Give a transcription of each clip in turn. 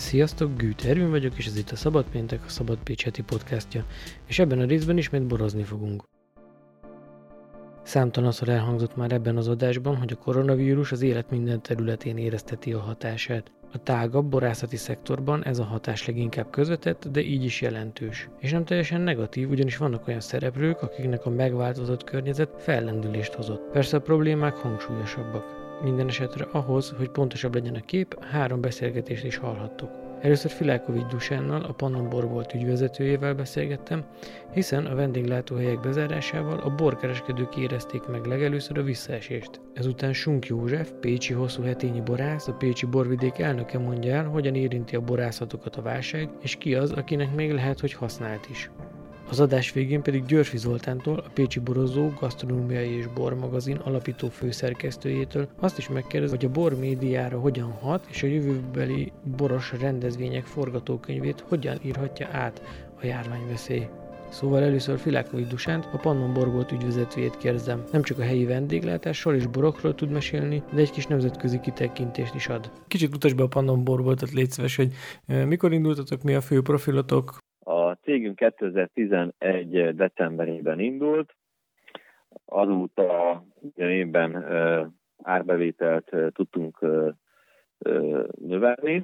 Sziasztok, Gűt Ervin vagyok, és ez itt a Szabad Péntek, a Szabad Pécs heti podcastja, és ebben a részben ismét borozni fogunk. Számtalanszor elhangzott már ebben az adásban, hogy a koronavírus az élet minden területén érezteti a hatását. A tágabb borászati szektorban ez a hatás leginkább közvetett, de így is jelentős. És nem teljesen negatív, ugyanis vannak olyan szereplők, akiknek a megváltozott környezet fellendülést hozott. Persze a problémák hangsúlyosabbak. Minden esetre ahhoz, hogy pontosabb legyen a kép, 3 beszélgetést is hallhattok. Először Filákovics Dusánnal, a Pannon Borbolt ügyvezetőjével beszélgettem, hiszen a vendéglátóhelyek bezárásával a borkereskedők érezték meg legelőször a visszaesést. Ezután Sunk József, pécsi hosszúhetényi borász, a pécsi borvidék elnöke mondja el, hogyan érinti a borászatokat a válság, és ki az, akinek még lehet, hogy használt is. Az adás végén pedig Györfi Zoltántól, a Pécsi Borozó, Gasztronómiai és Bormagazin alapító főszerkesztőjétől azt is megkérdez, hogy a bor médiára hogyan hat, és a jövőbeli boros rendezvények forgatókönyvét hogyan írhatja át a járványveszély. Szóval először Filákovics Dusánt, a Pannon Borbolt ügyvezetőjét kérdezem. Nem csak a helyi vendéglátásról és borokról tud mesélni, de egy kis nemzetközi kitekintést is ad. Kicsit utasd be a Pannon Borboltot, légy szíves, hogy mikor indultatok, mi a fő profilotok? A cégünk 2011. decemberében indult, azóta évben árbevételt tudtunk növelni.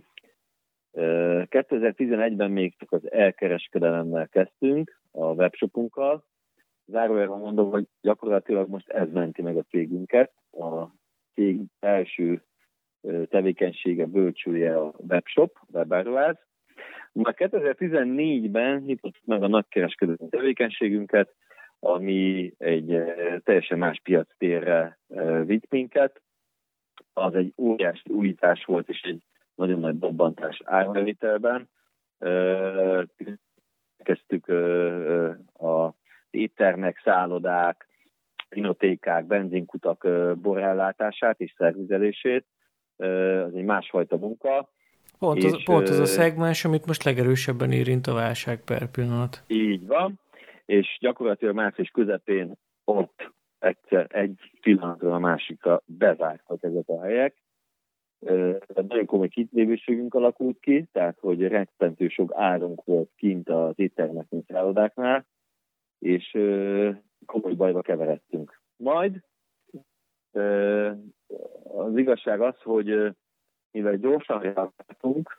2011-ben még csak az elkereskedelemmel kezdtünk, a webshopunkkal. Zárójelben mondom, hogy gyakorlatilag most ez menti meg a cégünket. A cég első tevékenysége, bölcsője a webshop, webáruház. Már 2014-ben nyitottuk meg a nagykereskedelmi tevékenységünket, ami egy teljesen más piactérre vitt minket. Az egy óriási újítás volt, és egy nagyon nagy dobbantás árbevételben. Kezdtük az éttermek, szállodák, vinotékák, benzinkutak borellátását és szervizelését. Az egy másfajta munka. Pont az a szegmens, amit most legerősebben érint a válság per pillanat. Így van, és gyakorlatilag március közepén ott egy pillanatról a másikra bezártak ezek a helyek. Nagyon komoly kitlévőségünk alakult ki, tehát hogy rettentő sok árunk volt kint az éttermeknél, szállodáknál, és komoly bajba keveredtünk. Majd az igazság az, hogy mivel gyorsan reagáltunk,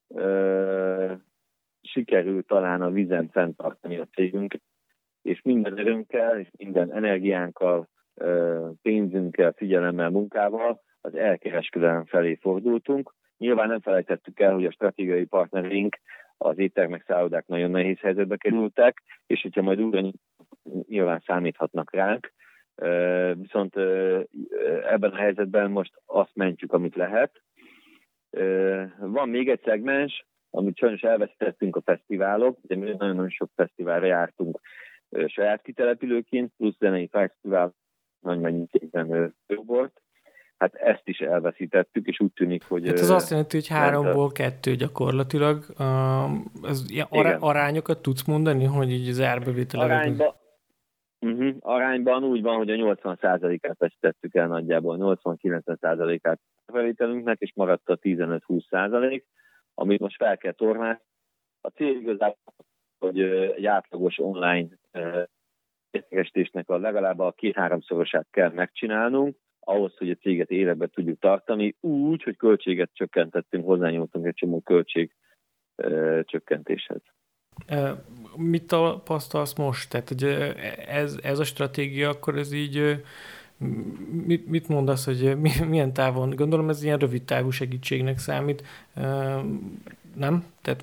sikerült talán a vízen fenntartani a cégünk, és minden erőnkkel, és minden energiánkkal, pénzünkkel, figyelemmel, munkával az elkereskedelem felé fordultunk. Nyilván nem felejtettük el, hogy a stratégiai partnereink, az éttermek, szállodák nagyon nehéz helyzetbe kerültek, és hogyha majd újra nyilván számíthatnak ránk. Viszont ebben a helyzetben most azt mentjük, amit lehet. Van még egy szegmens, amit sajnos elvesztettünk, a fesztiválok, de mi nagyon-nagyon sok fesztiválra jártunk saját kitelepülőként, plusz zenei fesztivál nagy mennyiségben volt. Hát ezt is elveszítettük, és úgy tűnik, hogy... Hát ez azt jelenti, hogy 3-ból 2 gyakorlatilag. Arányokat tudsz mondani, hogy így az árbevételek... Arányban úgy van, hogy a 80%-át veszítettük el nagyjából, 80-90%-át a bevételünknek, és maradt a 15-20%, amit most fel kell tornázni. A cél igazából, hogy egy átlagos online értékesítésnek legalább a 2-3-szorosát kell megcsinálnunk, ahhoz, hogy a céget életbe tudjuk tartani, úgy, hogy költséget csökkentettünk, hozzányúltunk egy csomó költség csökkentéshez. Mit tapasztalsz most? Tehát, hogy ez a stratégia, akkor ez így, mit mondasz, hogy milyen távon? Gondolom ez ilyen rövid távú segítségnek számít, nem? Tehát,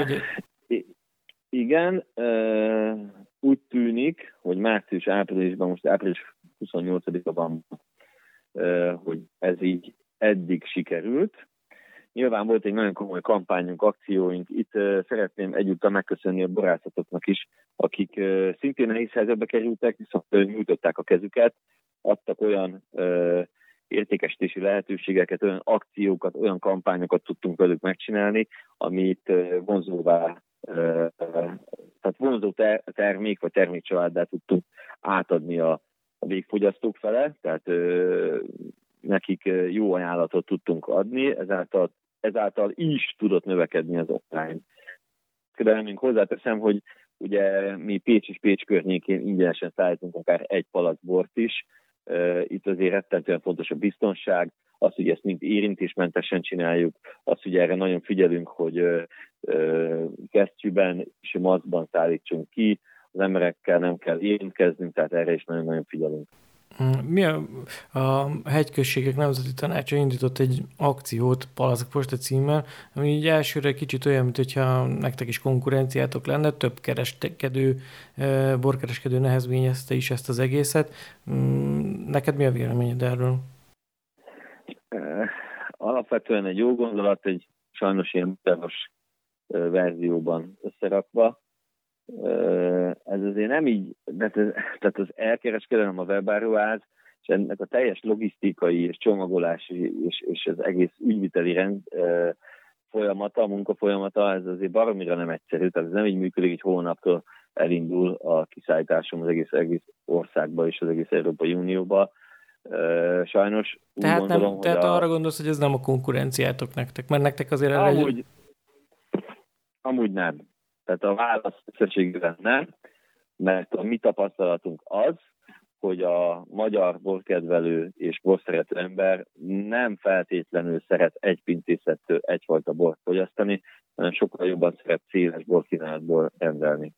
Igen, úgy tűnik, hogy március-áprilisban, most április 28-a van, hogy ez így eddig sikerült. Nyilván volt egy nagyon komoly kampányunk, akcióink. Itt szeretném egyúttal megköszönni a borászatoknak is, akik szintén nehéz helyzetbe kerültek, viszont nyújtották a kezüket, adtak olyan értékesítési lehetőségeket, olyan akciókat, olyan kampányokat tudtunk velük megcsinálni, amit vonzóvá, tehát vonzó termék vagy termékcsaláddá tudtunk átadni a végfogyasztók fele, tehát nekik jó ajánlatot tudtunk adni, ezáltal ezáltal is tudott növekedni az offline. Kereskedelmünk. Hozzáteszem, hogy ugye mi Pécs és Pécs környékén ingyenesen szállítunk akár egy palack bort is. Itt azért rettentően fontos a biztonság, az, hogy ezt mind érintésmentesen csináljuk, az, hogy erre nagyon figyelünk, hogy kesztyűben és maszkban szállítsunk ki, az emberekkel nem kell érintkeznünk, tehát erre is nagyon-nagyon figyelünk. Mi a Hegyközségek Nemzeti Tanácsa indított egy akciót Palackposta címmel, ami így elsőre kicsit olyan, mintha nektek is konkurenciátok lenne, több borkereskedő nehezményezte is ezt az egészet. Neked mi a véleményed erről? Alapvetően egy jó gondolat, egy sajnos ilyen terves verzióban összerakva. Ez azért nem így, tehát az elkereskedelem, a webáruház, és ennek a teljes logisztikai és csomagolási és az egész ügyviteli folyamata, a munkafolyamata, ez azért baromira nem egyszerű, tehát ez nem így működik, hogy hónaptól elindul a kiszállításom az egész országba és az egész Európai Unióba. Sajnos úgy tehát gondolom, tehát arra gondolsz, hogy ez nem a konkurenciátok nektek, mert nektek azért amúgy nem. Tehát a válasz összességében nem, mert a mi tapasztalatunk az, hogy a magyar borkedvelő és borszerető ember nem feltétlenül szeret egy pincészettől egyfajta bort fogyasztani, hanem sokkal jobban szeret széles borkínálatból rendelni.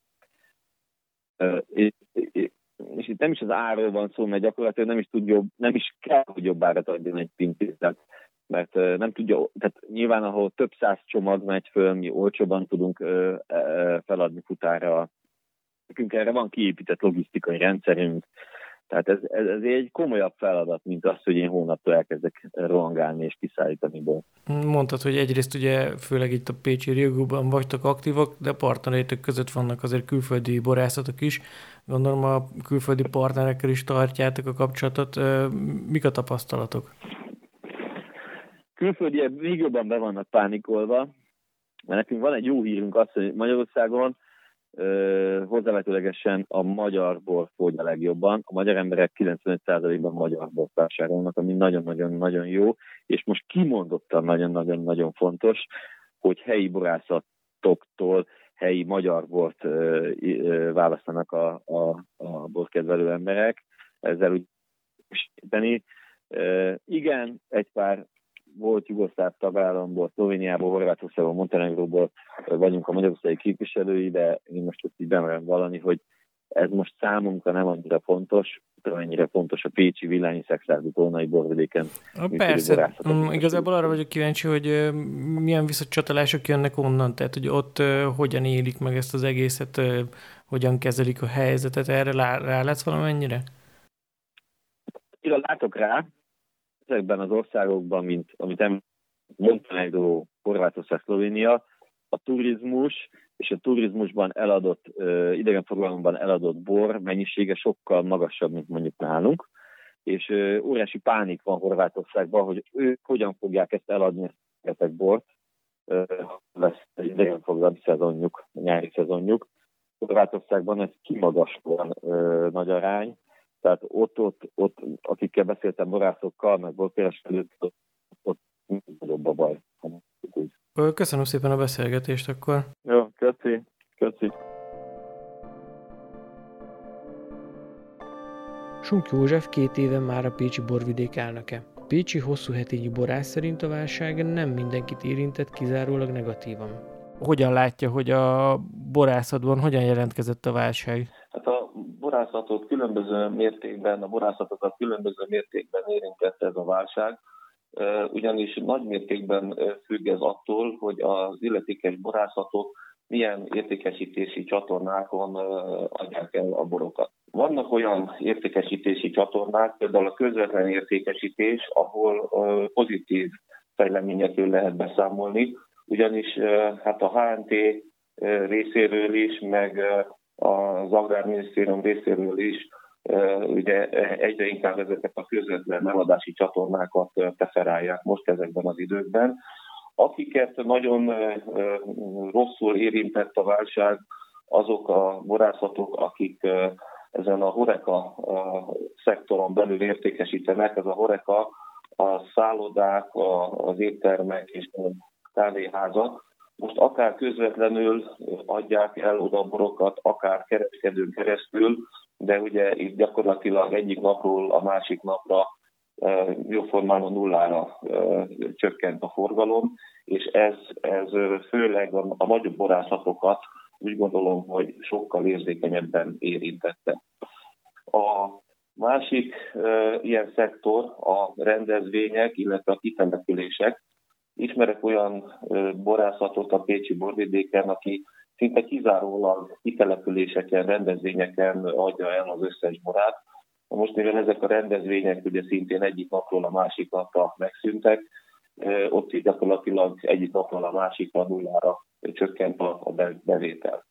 És itt nem is az árról van szó, mert gyakorlatilag nem is kell, hogy jobb árat adjon egy pincészet, mert nem tudja, tehát nyilván ahol több száz csomag megy föl, mi olcsóban tudunk feladni futára. Nekünk erre van kiépített logisztikai rendszerünk, tehát ez egy komolyabb feladat, mint az, hogy én hónaptól elkezdek rohangálni és kiszállítani bort. Mondtad, hogy egyrészt ugye főleg itt a pécsi régióban vagytok aktívak, de partnereitek között vannak azért külföldi borászatok is. Gondolom a külföldi partnerekkel is tartjátok a kapcsolatot. Mik a tapasztalatok? Külföldiek még jobban be vannak pánikolva, mert nekünk van egy jó hírünk az, hogy Magyarországon hozzávetőlegesen a magyar bor fogy a legjobban. A magyar emberek 95%-ban magyar bort vásárolnak, ami nagyon-nagyon-nagyon jó, és most kimondottan nagyon-nagyon-nagyon fontos, hogy helyi borászatoktól helyi magyar bort választanak a borkedvelő emberek. Ezzel úgy segíteni. Igen, egy pár volt jugoszláv tagállamból, Szlovéniából, Horvátországból, Montenegróból vagyunk a magyarországi képviselői, de én most így bemerem vallani, hogy ez most számunkra nem annyira fontos, amennyire fontos a pécsi villányi szexárdú tónai borvidéken. Persze, igazából arra vagyok kíváncsi, hogy milyen visszacsatolások jönnek onnan, tehát hogy ott hogyan élik meg ezt az egészet, hogyan kezelik a helyzetet, erre rálátsz valamennyire? Én látok rá, ezekben az országokban, mint amit Montenegró, Horvátország, Szlovénia, a turizmus és a turizmusban eladott, idegenforgalomban eladott bor mennyisége sokkal magasabb, mint mondjuk nálunk, és óriási pánik van Horvátországban, hogy ők hogyan fogják ezt eladni, ezt a bort, lesz egy idegenforgalmi szezonjuk, nyári szezonjuk. Horvátországban ez kimagaslóan nagy arány, tehát ott, akikkel beszéltem borászokkal, meg borkereskedőkkel, ott nagyobb a baj. Köszönöm szépen a beszélgetést akkor. Jó, köszi. Sunk József 2 éve már a pécsi borvidék elnöke. A pécsi hosszú hetényi borász szerint a válság nem mindenkit érintett, kizárólag negatívan. Hogyan látja, hogy a borászatban hogyan jelentkezett a válság? Hát a borászatokat különböző mértékben érintette ez a válság, ugyanis nagy mértékben függ ez attól, hogy az illetékes borászatok milyen értékesítési csatornákon adják el a borokat. Vannak olyan értékesítési csatornák, például a közvetlen értékesítés, ahol pozitív fejleményekről lehet beszámolni, ugyanis hát a HNT részéről is, meg az Agrárminisztérium részéről is ugye egyre inkább ezeket a közvetlen eladási csatornákat preferálják most ezekben az időkben. Akiket nagyon rosszul érintett a válság, azok a borászatok, akik ezen a HoReCa szektoron belül értékesítenek. Ez a HoReCa a szállodák, az éttermek és kávéházat most akár közvetlenül adják el oda a borokat, akár kereskedőn keresztül, de ugye itt gyakorlatilag egyik napról a másik napra jóformán a nullára csökkent a forgalom, és ez főleg a nagyobb borászatokat úgy gondolom, hogy sokkal érzékenyebben érintette. A másik ilyen szektor a rendezvények, illetve a kitelepülések. Ismerek olyan borászatot a pécsi borvidéken, aki szinte kizárólag kitelepüléseken, rendezvényeken adja el az összes borát. Most mivel ezek a rendezvények ugye szintén egyik napról a másik napra megszűntek, ott gyakorlatilag egyik napról a másikra nullára csökkent a bevétel.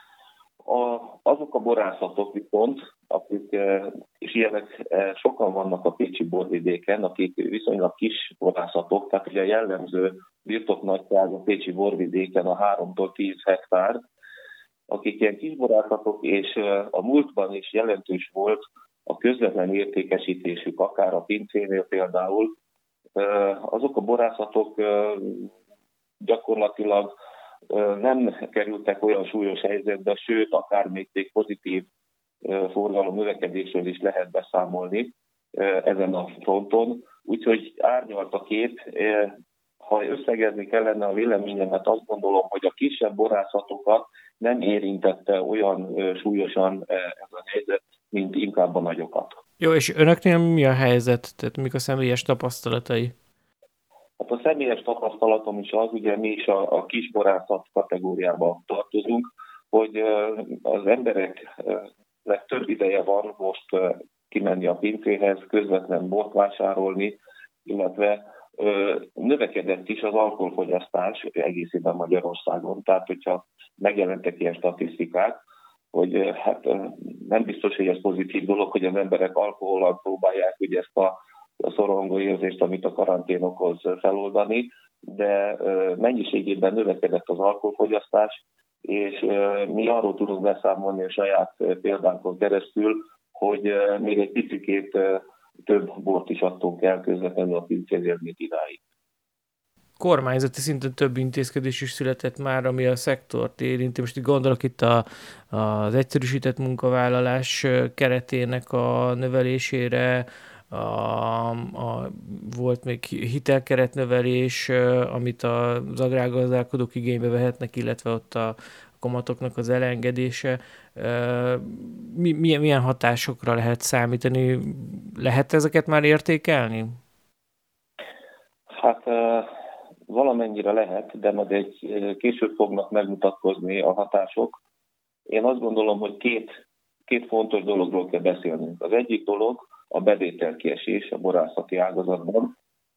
Azok a borászatok viszont, akik, és ilyenek sokan vannak a pécsi borvidéken, akik viszonylag kis borászatok, tehát ugye a jellemző birtoknagyság a pécsi borvidéken a 3-tól 10 hektár, akik ilyen kis borászatok, és a múltban is jelentős volt a közvetlen értékesítésük, akár a pincénél például, azok a borászatok gyakorlatilag nem kerültek olyan súlyos helyzetbe, sőt, akár még pozitív forgalom növekedésről is lehet beszámolni ezen a fronton. Úgyhogy árnyalt a kép. Ha összegezni kellene a véleményemet, azt gondolom, hogy a kisebb borászatokat nem érintette olyan súlyosan ez a helyzet, mint inkább a nagyokat. Jó, és önöknél mi a helyzet? Tehát mik a személyes tapasztalatai? Hát a személyes tapasztalatom is az, ugye mi is a kisborászat kategóriába tartozunk, hogy az embereknek több ideje van most kimenni a pincéhez, közvetlen bort vásárolni, illetve növekedett is az alkoholfogyasztás egészében Magyarországon. Tehát, hogyha megjelentek ilyen statisztikák, hogy hát nem biztos, hogy ez pozitív dolog, hogy az emberek alkohollal próbálják ugye ezt a szorongó érzést, amit a karantén okoz, feloldani, de mennyiségében növekedett az alkoholfogyasztás, és mi arról tudunk beszámolni a saját példánkon keresztül, hogy még egy picikét több bort is adtunk el közvetlenül a pincénél, mint idáig. Kormányzati szinten több intézkedés is született már, ami a szektort érinti. Most itt gondolok itt az egyszerűsített munkavállalás keretének a növelésére, volt még hitelkeretnövelés, amit az agrárgazdálkodók igénybe vehetnek, illetve ott a kamatoknak az elengedése. Milyen hatásokra lehet számítani? Lehet ezeket már értékelni? Hát valamennyire lehet, de majd később fognak megmutatkozni a hatások. Én azt gondolom, hogy két fontos dologról kell beszélnünk. Az egyik dolog a bevételkiesés a borászati ágazatban.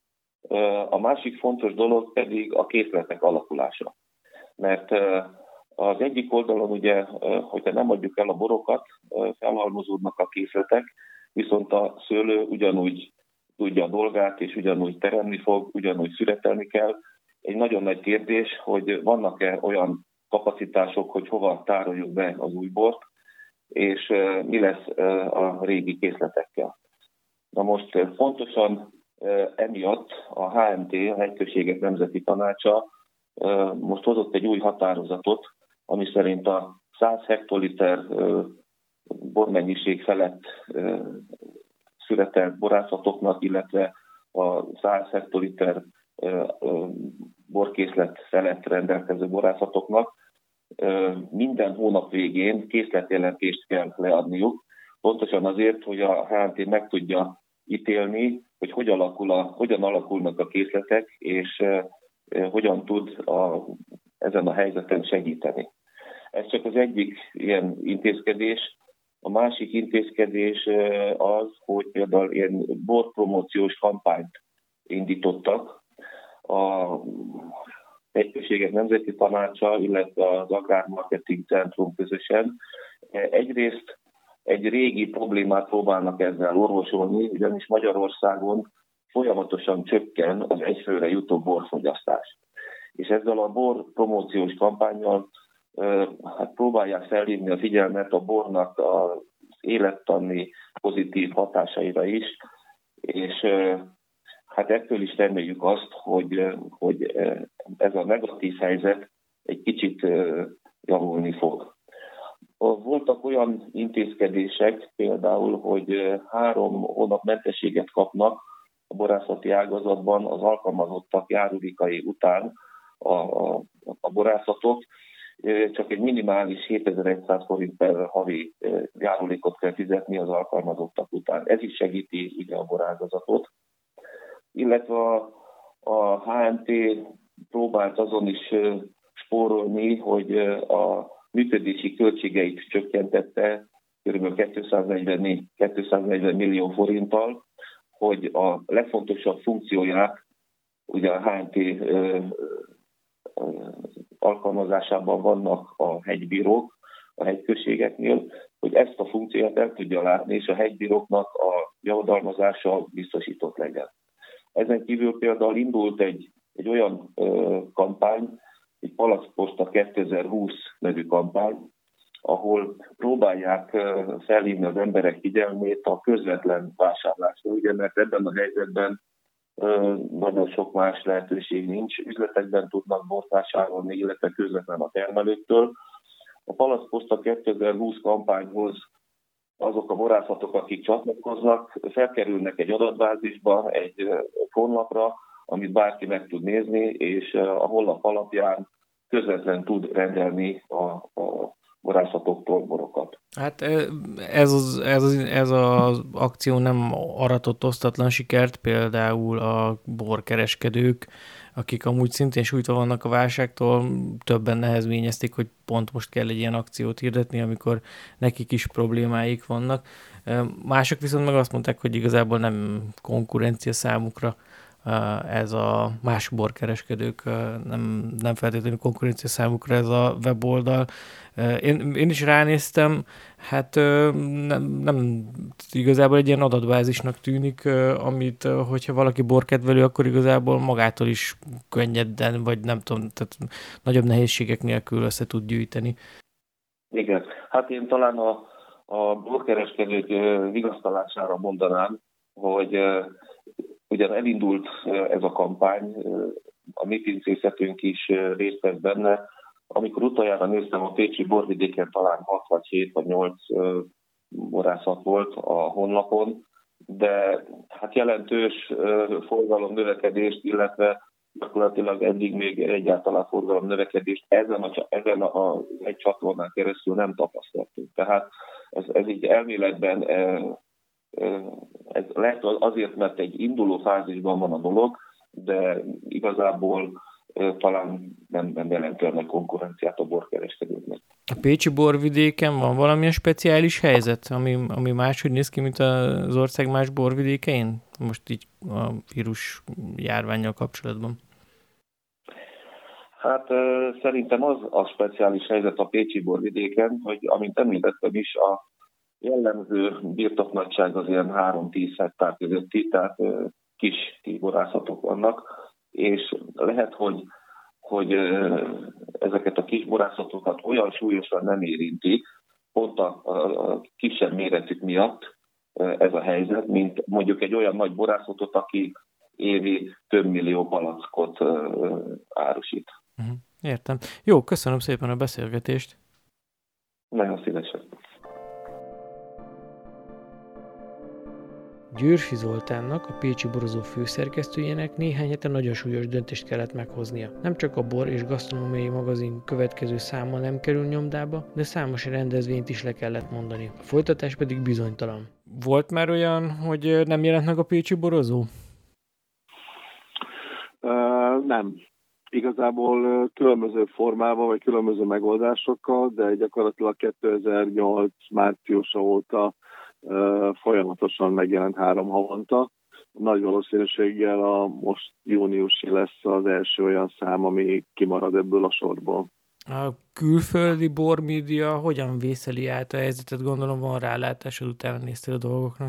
A másik fontos dolog pedig a készletek alakulása. Mert az egyik oldalon ugye, hogyha nem adjuk el a borokat, felhalmozódnak a készletek, viszont a szőlő ugyanúgy tudja a dolgát, és ugyanúgy teremni fog, ugyanúgy szüretelni kell. Egy nagyon nagy kérdés, hogy vannak-e olyan kapacitások, hogy hova tároljuk be az új bort, és mi lesz a régi készletekkel. Na most pontosan emiatt a HMT, a Hegyközségek Nemzeti Tanácsa most hozott egy új határozatot, ami szerint a 100 hektoliter bormennyiség felett szüretelt borászatoknak, illetve a 100 hektoliter borkészlet felett rendelkező borászatoknak minden hónap végén készletjelentést kell leadniuk, pontosan azért, hogy a HMT meg tudja ítélni, hogy hogyan alakulnak a készletek, és hogyan tud ezen a helyzeten segíteni. Ez csak az egyik ilyen intézkedés. A másik intézkedés az, hogy például ilyen borpromóciós kampányt indítottak a Hegyközségek Nemzeti Tanácsa, illetve az Agrármarketing Centrum közösen. Egyrészt egy régi problémát próbálnak ezzel orvosolni, ugyanis Magyarországon folyamatosan csökken az egyfőre jutó borfogyasztás. És ezzel a borpromóciós kampánnyal hát próbálják felhívni a figyelmet a bornak az élettani pozitív hatásaira is, és hát ettől is reméljük azt, hogy ez a negatív helyzet egy kicsit javulni fog. Voltak olyan intézkedések, például, hogy 3 hónap mentességet kapnak a borászati ágazatban az alkalmazottak járulékai után a borászatok, csak egy minimális 7100 forint per havi járulékot kell fizetni az alkalmazottak után. Ez is segíti ugye a borágazatot. Illetve a HMT próbált azon is spórolni, hogy a működési költségeit csökkentette kb. 240 millió forinttal, hogy a legfontosabb funkcióját, ugye a HMT alkalmazásában vannak a hegybírók a hegyközségeknél, hogy ezt a funkciót el tudja látni, és a hegybíróknak a javadalmazása biztosított legyen. Ezen kívül például indult egy olyan kampány, egy Palackposta 2020 nevű kampány, ahol próbálják felhívni az emberek figyelmét a közvetlen vásárlásra, ugye, mert ebben a helyzetben nagyon sok más lehetőség nincs. Üzletekben tudnak bort vásárolni, illetve közvetlen a termelőktől. A Palackposta 2020 kampányhoz azok a borászatok, akik csatlakoznak, felkerülnek egy adatbázisba, egy honlapra, amit bárki meg tud nézni, és a honlap alapján közvetlen tud rendelni a borászatoktól borokat. Hát ez az akció nem aratott osztatlan sikert, például a borkereskedők, akik amúgy szintén sújtva vannak a válságtól, többen nehezményezték, hogy pont most kell egy ilyen akciót hirdetni, amikor nekik is problémáik vannak. Mások viszont meg azt mondták, hogy igazából nem konkurencia számukra ez a más borkereskedők, nem feltétlenül konkurencia számukra ez a weboldal. Én is ránéztem, hát nem igazából egy ilyen adatbázisnak tűnik, amit, hogyha valaki borkedvelő, akkor igazából magától is könnyedden, vagy nem tudom, tehát nagyobb nehézségek nélkül össze tud gyűjteni. Igen, hát én talán a borkereskedők vigasztalására mondanám, hogy ugyan elindult ez a kampány, a mi pincészetünk is részt vesz benne. Amikor utoljára néztem, a pécsi borvidéken talán 6 vagy 7 vagy 8 borászat volt a honlapon, de hát jelentős forgalomnövekedést, illetve gyakorlatilag eddig még egyáltalán forgalomnövekedést ezen egy csatornán keresztül nem tapasztaltunk. Tehát ez így elméletben ez lehet azért, mert egy induló fázisban van a dolog, de igazából talán nem jelentően konkurenciát a borkereskedőknek. A pécsi borvidéken van valamilyen speciális helyzet, ami máshogy néz ki, mint az ország más borvidékein? Most így a vírus járvánnyal kapcsolatban. Hát szerintem az a speciális helyzet a pécsi borvidéken, hogy amint említettem is, a jellemző birtoknagyság az ilyen 3-10 hektár közötti, tehát kis borászatok vannak, és lehet, hogy ezeket a kis borászatokat olyan súlyosan nem érinti, pont a kisebb méretük miatt ez a helyzet, mint mondjuk egy olyan nagy borászatot, aki évi több millió palackot árusít. Értem. Jó, köszönöm szépen a beszélgetést. Nagyon szívesen. Győrfi Zoltánnak, a Pécsi Borozó főszerkesztőjének néhány hete nagyon súlyos döntést kellett meghoznia. Nem csak a Bor és Gasztronómiai magazin következő száma nem kerül nyomdába, de számos rendezvényt is le kellett mondani. A folytatás pedig bizonytalan. Volt már olyan, hogy nem jelent meg a Pécsi Borozó? Nem. Igazából különböző formában, vagy különböző megoldásokkal, de gyakorlatilag 2008 márciusa óta folyamatosan megjelent 3 havonta. Nagy valószínűséggel a most júniusi lesz az első olyan szám, ami kimarad ebből a sorból. A külföldi bormédia hogyan vészeli át a helyzetet? Gondolom van rálátásod, utána néztél a dolgoknak.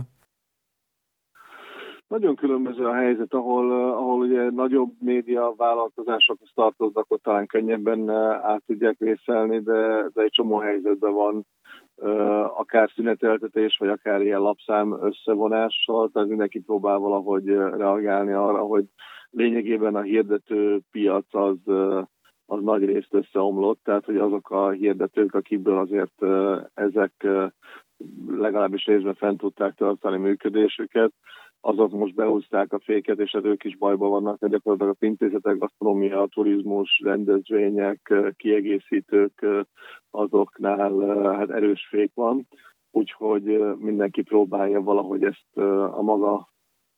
Nagyon különböző a helyzet, ahol ugye nagyobb média vállalkozásokhoz tartoznak, ott talán könnyebben át tudják vészelni, de egy csomó helyzetben van akár szüneteltetés, vagy akár ilyen lapszám összevonással, tehát mindenki próbál valahogy reagálni arra, hogy lényegében a hirdető piac az nagy részt összeomlott, tehát hogy azok a hirdetők, akikből azért ezek legalábbis részben fent tudták tartani működésüket, azok most behúzták a féket, és ők is bajban vannak, mert gyakorlatilag a intézetek, gasztronómia, turizmus, rendezvények, kiegészítők, azoknál hát erős fék van, úgyhogy mindenki próbálja valahogy ezt a maga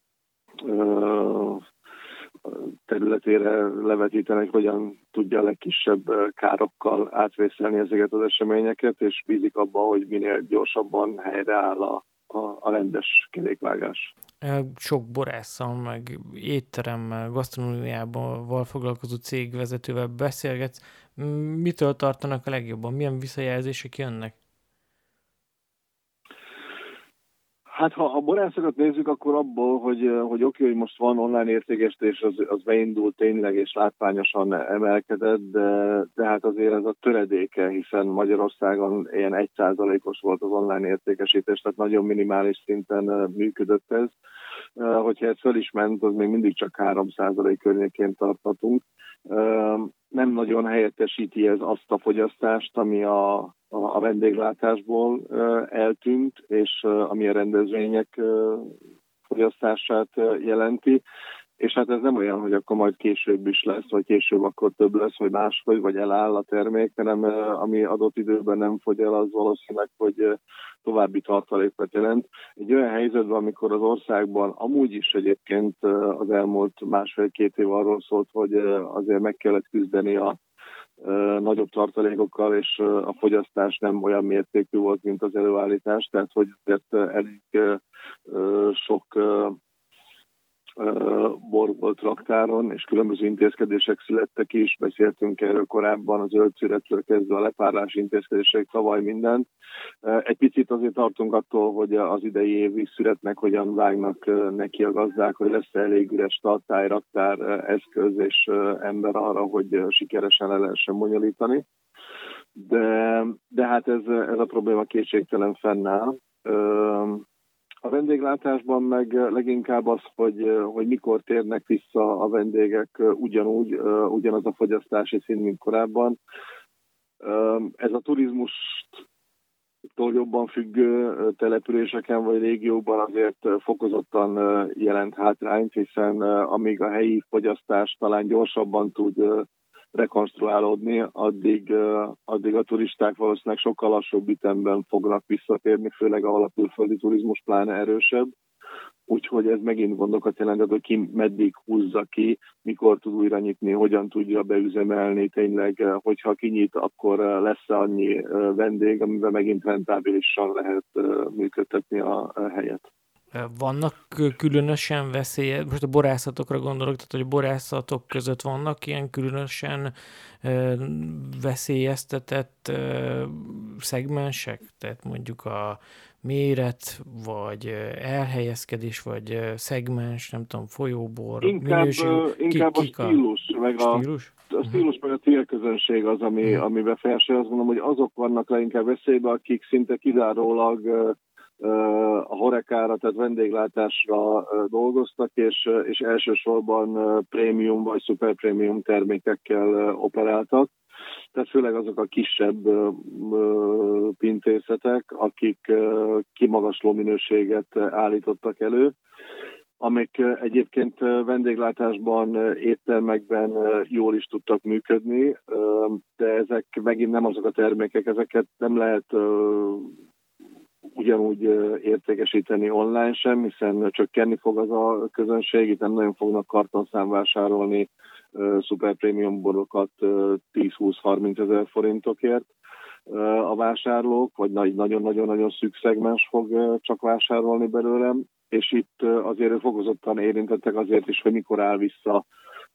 területére levetíteni, hogy hogyan tudja a legkisebb károkkal átvészelni ezeket az eseményeket, és bízik abba, hogy minél gyorsabban helyreáll a rendes kerékvágás. Sok borásszal, meg étteremmel, gasztronómiával foglalkozó cégvezetővel beszélgetsz. Mitől tartanak a legjobban? Milyen visszajelzések jönnek? Hát ha a borászokat nézzük, akkor abból, hogy oké, hogy most van online értékesítés, az beindult tényleg, és látványosan emelkedett, de hát azért ez a töredéke, hiszen Magyarországon ilyen 1%-os volt az online értékesítés, tehát nagyon minimális szinten működött ez. Hogyha ez föl is ment, az még mindig csak 3% környékén tarthatunk. Nem nagyon helyettesíti ez azt a fogyasztást, ami a vendéglátásból eltűnt, és ami a rendezvények fogyasztását jelenti. És hát ez nem olyan, hogy akkor majd később is lesz, vagy később akkor több lesz, vagy máshogy, vagy eláll a termék, hanem ami adott időben nem fogy el, az valószínűleg, hogy további tartalékot jelent. Egy olyan helyzetben, amikor az országban amúgy is egyébként az elmúlt 1,5-2 év arról szólt, hogy azért meg kellett küzdeni a nagyobb tartalékokkal, és a fogyasztás nem olyan mértékű volt, mint az előállítás, tehát hogy elég sok bor volt raktáron, és különböző intézkedések születtek is, beszéltünk erről korábban, az zöldszüretről kezdve a lepárlás intézkedések, tavaly mindent. Egy picit azért tartunk attól, hogy az idei évi szüretnek hogyan vágnak neki a gazdák, hogy lesz elég üres tartály, raktár, eszköz és ember arra, hogy sikeresen le lehessen bonyolítani. De hát ez a probléma kétségtelen fennáll. A vendéglátásban meg leginkább az, hogy mikor térnek vissza a vendégek ugyanaz a fogyasztási szint, mint korábban. Ez a turizmustól jobban függő településeken vagy régióban azért fokozottan jelent hátrányt, hiszen amíg a helyi fogyasztás talán gyorsabban tud rekonstruálódni, addig a turisták valószínűleg sokkal lassabb ütemben fognak visszatérni, főleg ahol a külföldi turizmus pláne erősebb. Úgyhogy ez megint gondokat jelentett, hogy ki meddig húzza ki, mikor tud újra nyitni, hogyan tudja beüzemelni, tényleg, hogyha kinyit, akkor lesz annyi vendég, amiben megint rentábilisan lehet működtetni a helyet. Vannak különösen veszélyes, most a borászatokra gondolok, tehát hogy a borászatok között vannak ilyen különösen veszélyeztetett szegmensek, tehát mondjuk a méret, vagy elhelyezkedés, vagy szegmens, nem tudom, folyóbor, inkább a stílus, meg a stílus meg a célközönség az, ami befolyásolja. Azt mondom, hogy azok vannak leginkább veszélyben, akik szinte kizárólag a horekára, tehát vendéglátásra dolgoztak, és elsősorban prémium vagy szuperprémium termékekkel operáltak. Tehát főleg azok a kisebb pincészetek, akik kimagasló minőséget állítottak elő, amik egyébként vendéglátásban, éttermekben jól is tudtak működni, de ezek megint nem azok a termékek, ezeket nem lehet ugyanúgy értékesíteni online sem, hiszen csökkenni fog az a közönség, itt nem nagyon fognak kartonszám vásárolni szuperprémium borokat 10-20-30 ezer forintokért a vásárlók, vagy nagyon-nagyon-nagyon szűk szegmens fog csak vásárolni belőlem, és itt azért fokozottan érintettek azért is, hogy mikor áll vissza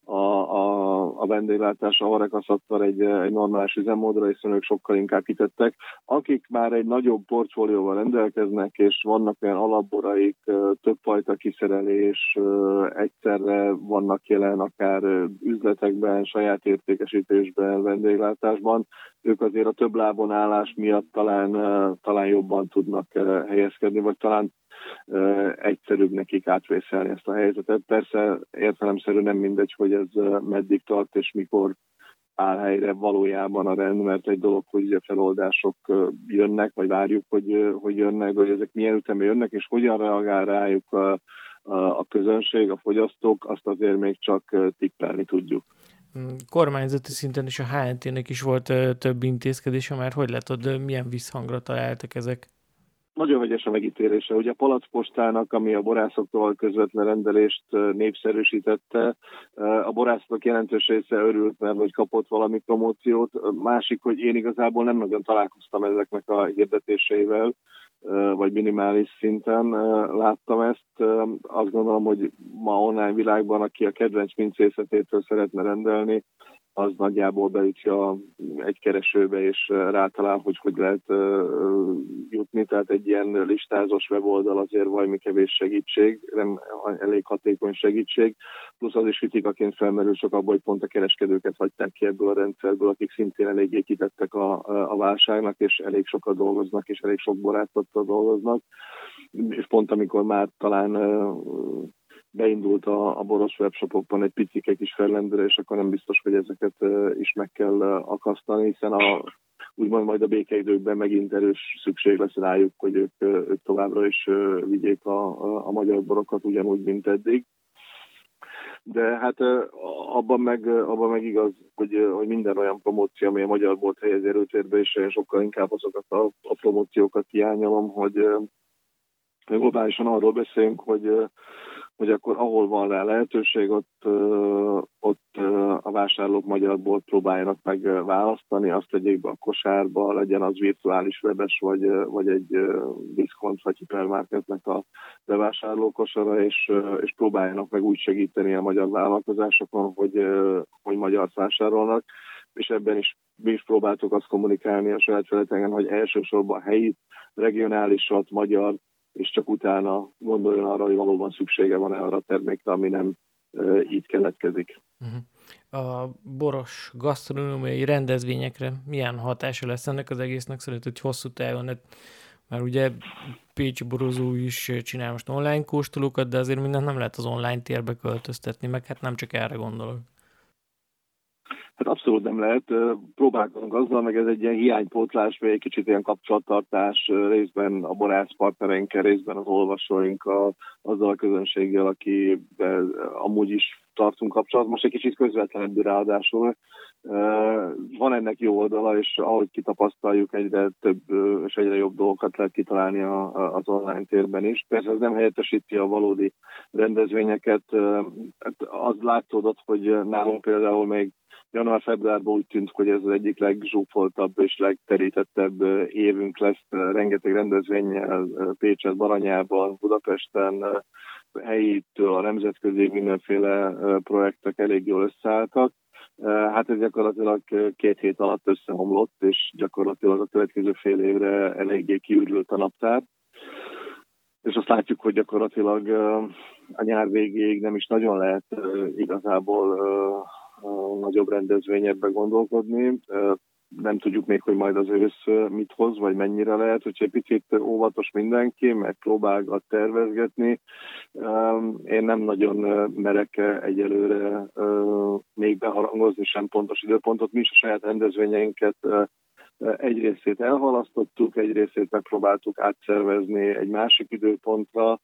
a vendéglátás a Horekaszattal egy normális üzemmódra, hiszen ők sokkal inkább kitettek. Akik már egy nagyobb portfólióval rendelkeznek, és vannak olyan alapboraik, többfajta kiszerelés, egyszerre vannak jelen akár üzletekben, saját értékesítésben, vendéglátásban, ők azért a több lábon állás miatt talán jobban tudnak helyezkedni, vagy talán egyszerűbb nekik átvészelni ezt a helyzetet. Persze értelemszerű nem mindegy, hogy ez meddig tart és mikor áll helyre valójában a rend, mert egy dolog, hogy a feloldások jönnek, vagy várjuk, hogy jönnek, hogy ezek milyen ütemben jönnek, és hogyan reagál rájuk a közönség, a fogyasztók, azt azért még csak tippelni tudjuk. Kormányzati szinten is a HNT-nek is volt több intézkedése, már hogy látod, milyen visszhangra találtak ezek? Nagyon vegyes a megítélése. Ugye a Palacpostának, ami a borászoktól közvetlen rendelést népszerűsítette, a borászatok jelentős része örült, mert hogy kapott valami promóciót. Másik, hogy én igazából nem nagyon találkoztam ezeknek a hirdetéseivel, vagy minimális szinten láttam ezt. Azt gondolom, hogy ma online világban, aki a kedvenc pincészetétől szeretne rendelni, az nagyjából beütje egy keresőbe, és rátalál, hogy lehet jutni. Tehát egy ilyen listázós weboldal azért valami kevés segítség, nem elég hatékony segítség. Plusz az is kritikaként felmerül sok abban, hogy pont a kereskedőket hagyták ki ebből a rendszerből, akik szintén eléggé kitettek a válságnak, és elég sokat dolgoznak, és elég sok barátottal dolgoznak. És pont amikor már talán beindult a boros webshopokban egy picike kis fellendülés, akkor nem biztos, hogy ezeket is meg kell akasztani, hiszen úgymond majd a békeidőkben megint erős szükség lesz rájuk, hogy ők továbbra is vigyék a magyar borokat ugyanúgy, mint eddig. De hát abban meg igaz, hogy minden olyan promóció, ami a magyar bort helyezi előtérbe, és én sokkal inkább azokat a promóciókat hiányolom, hogy globálisan arról beszélünk, hogy akkor ahol van rá lehetőség, ott a vásárlók magyar bort próbáljanak meg választani, azt tegyék be a kosárba, legyen az virtuális webes, vagy egy diszkont vagy hipermarketnek a bevásárlókosara, és próbáljanak meg úgy segíteni a magyar vállalkozásokon, hogy magyart vásárolnak, és ebben is mi is próbáltuk azt kommunikálni a saját felületeken, hogy elsősorban helyi, regionálisat, magyar, és csak utána gondoljon arra, hogy valóban szüksége van-e arra a termékre, ami nem így keletkezik. A boros gasztronómiai rendezvényekre milyen hatása lesz ennek az egésznek? Szerint, hogy hosszú távon, már ugye Pécsi Borozó is csinál most online kóstolókat, de azért mindent nem lehet az online térbe költöztetni, meg hát nem csak erre gondolok. Hát abszolút nem lehet. Próbálkozunk azzal, meg ez egy ilyen hiánypótlás, vagy egy kicsit ilyen kapcsolattartás részben a borászpartnereinkkel, részben az olvasóinkkal, azzal a közönséggel, aki amúgy is tartunk kapcsolat. Most egy kicsit közvetlenebb ráadásul. Van ennek jó oldala, és ahogy kitapasztaljuk, egyre több és egyre jobb dolgokat lehet kitalálni az online térben is. Persze ez nem helyettesíti a valódi rendezvényeket. Az látszódott, hogy nálunk például még január-februárban úgy tűnt, hogy ez az egyik legzsúfoltabb és legterítettebb évünk lesz. Rengeteg rendezvénnyel Pécset, Baranyában, Budapesten, helyitől a nemzetközi mindenféle projektek elég jól összeálltak. Hát ez gyakorlatilag 2 hét alatt összeomlott, és gyakorlatilag a következő fél évre eléggé kiürült a naptár. És azt látjuk, hogy gyakorlatilag a nyár végéig nem is nagyon lehet igazából nagyobb rendezvényekbe gondolkodni. Nem tudjuk még, hogy majd az ősz mit hoz, vagy mennyire lehet, hogy egy picit óvatos mindenki, meg próbálgat tervezgetni. Én nem nagyon merek egyelőre még beharangozni sem pontos időpontot. Mi is a saját rendezvényeinket egy részét elhalasztottuk, egy részét megpróbáltuk átszervezni egy másik időpontra.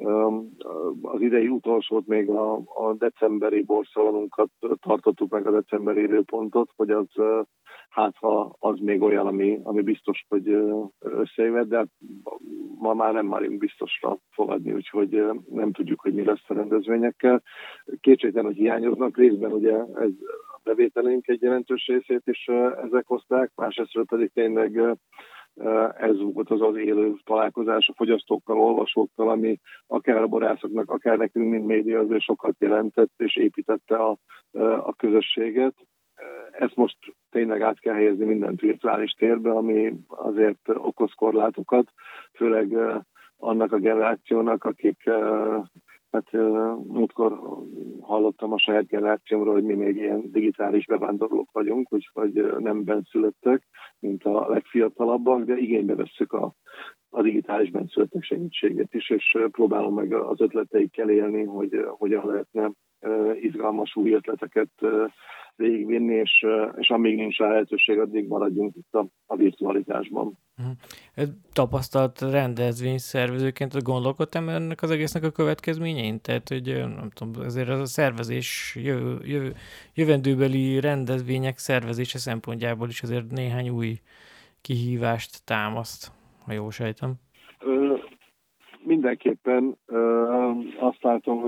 Az idei utolsót még a decemberi borszalonunkat tartottuk meg, a decemberi időpontot, hogy az hát ha az még olyan, ami biztos, hogy összejövet, de ma már nem merünk biztosra fogadni, úgyhogy nem tudjuk, hogy mi lesz a rendezvényekkel. Kétségtelen, hogy hiányoznak részben, ugye ez a bevételénk egy jelentős részét is ezek hozták, másrészt pedig tényleg ez volt az élő találkozás a fogyasztókkal, olvasókkal, ami akár a borászoknak, akár nekünk, mint média, sokat jelentett és építette a közösséget. Ezt most tényleg át kell helyezni minden virtuális térbe, ami azért okoz korlátokat, főleg annak a generációnak, akik, múltkor hallottam a saját generációmról, hogy mi még ilyen digitális bevándorlók vagyunk, úgyhogy nem benszülöttek, mint a legfiatalabbak, de igénybe vesszük a digitális benszülöttek segítséget is, és próbálom meg az ötleteikkel élni, hogy hogyan lehetne izgalmas új ötleteket végigvinni, és amíg nincs rá lehetőség, addig maradjunk itt a virtualitásban. Tapasztalt rendezvényszervezőként gondolkodtam ennek az egésznek a következményein? Tehát, hogy nem tudom, azért az a szervezés, jövendőbeli rendezvények szervezése szempontjából is azért néhány új kihívást támaszt, ha jól sejtem. Mindenképpen azt látom,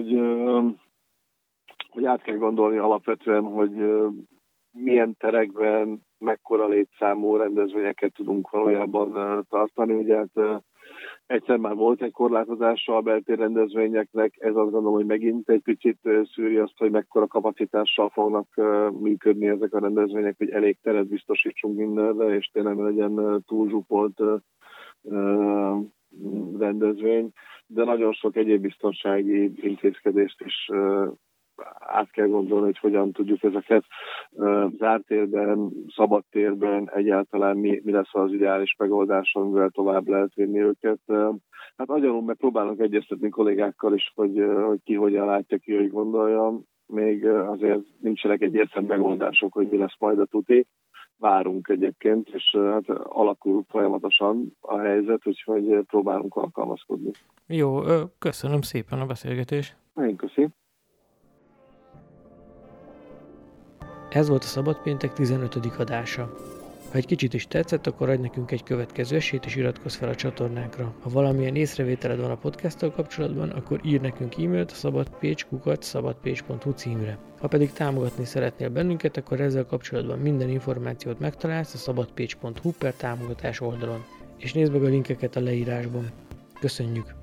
hogy át kell gondolni alapvetően, hogy milyen terekben, mekkora létszámú rendezvényeket tudunk valójában tartani. Ugye hát egyszer már volt egy korlátozása a beltér rendezvényeknek, ez azt gondolom, hogy megint egy picit szűri azt, hogy mekkora kapacitással fognak működni ezek a rendezvények, hogy elég teret biztosítsunk mindenre, és tényleg legyen túlzsúfolt rendezvény, de nagyon sok egyéb biztonsági intézkedést is át kell gondolni, hogy hogyan tudjuk ezeket zárt térben, szabad térben, egyáltalán mi lesz az ideális megoldás, amivel tovább lehet vinni őket. Hát agyalunk, meg próbálunk egyeztetni kollégákkal is, hogy ki hogyan látja, ki hogy gondolja. Még azért nincsenek egyértelmű megoldások, hogy mi lesz majd a tuti. Várunk egyébként, és hát alakul folyamatosan a helyzet, úgyhogy próbálunk alkalmazkodni. Jó, köszönöm szépen a beszélgetést. Én köszönöm. Ez volt a Szabad Péntek 15. adása. Ha egy kicsit is tetszett, akkor adj nekünk egy következő esélyt és iratkozz fel a csatornánkra. Ha valamilyen észrevételed van a podcasttal kapcsolatban, akkor írj nekünk e-mailt a szabadpage@szabadpage.hu címre. Ha pedig támogatni szeretnél bennünket, akkor ezzel kapcsolatban minden információt megtalálsz a szabadpage.hu/támogatás oldalon. És nézd meg a linkeket a leírásban. Köszönjük!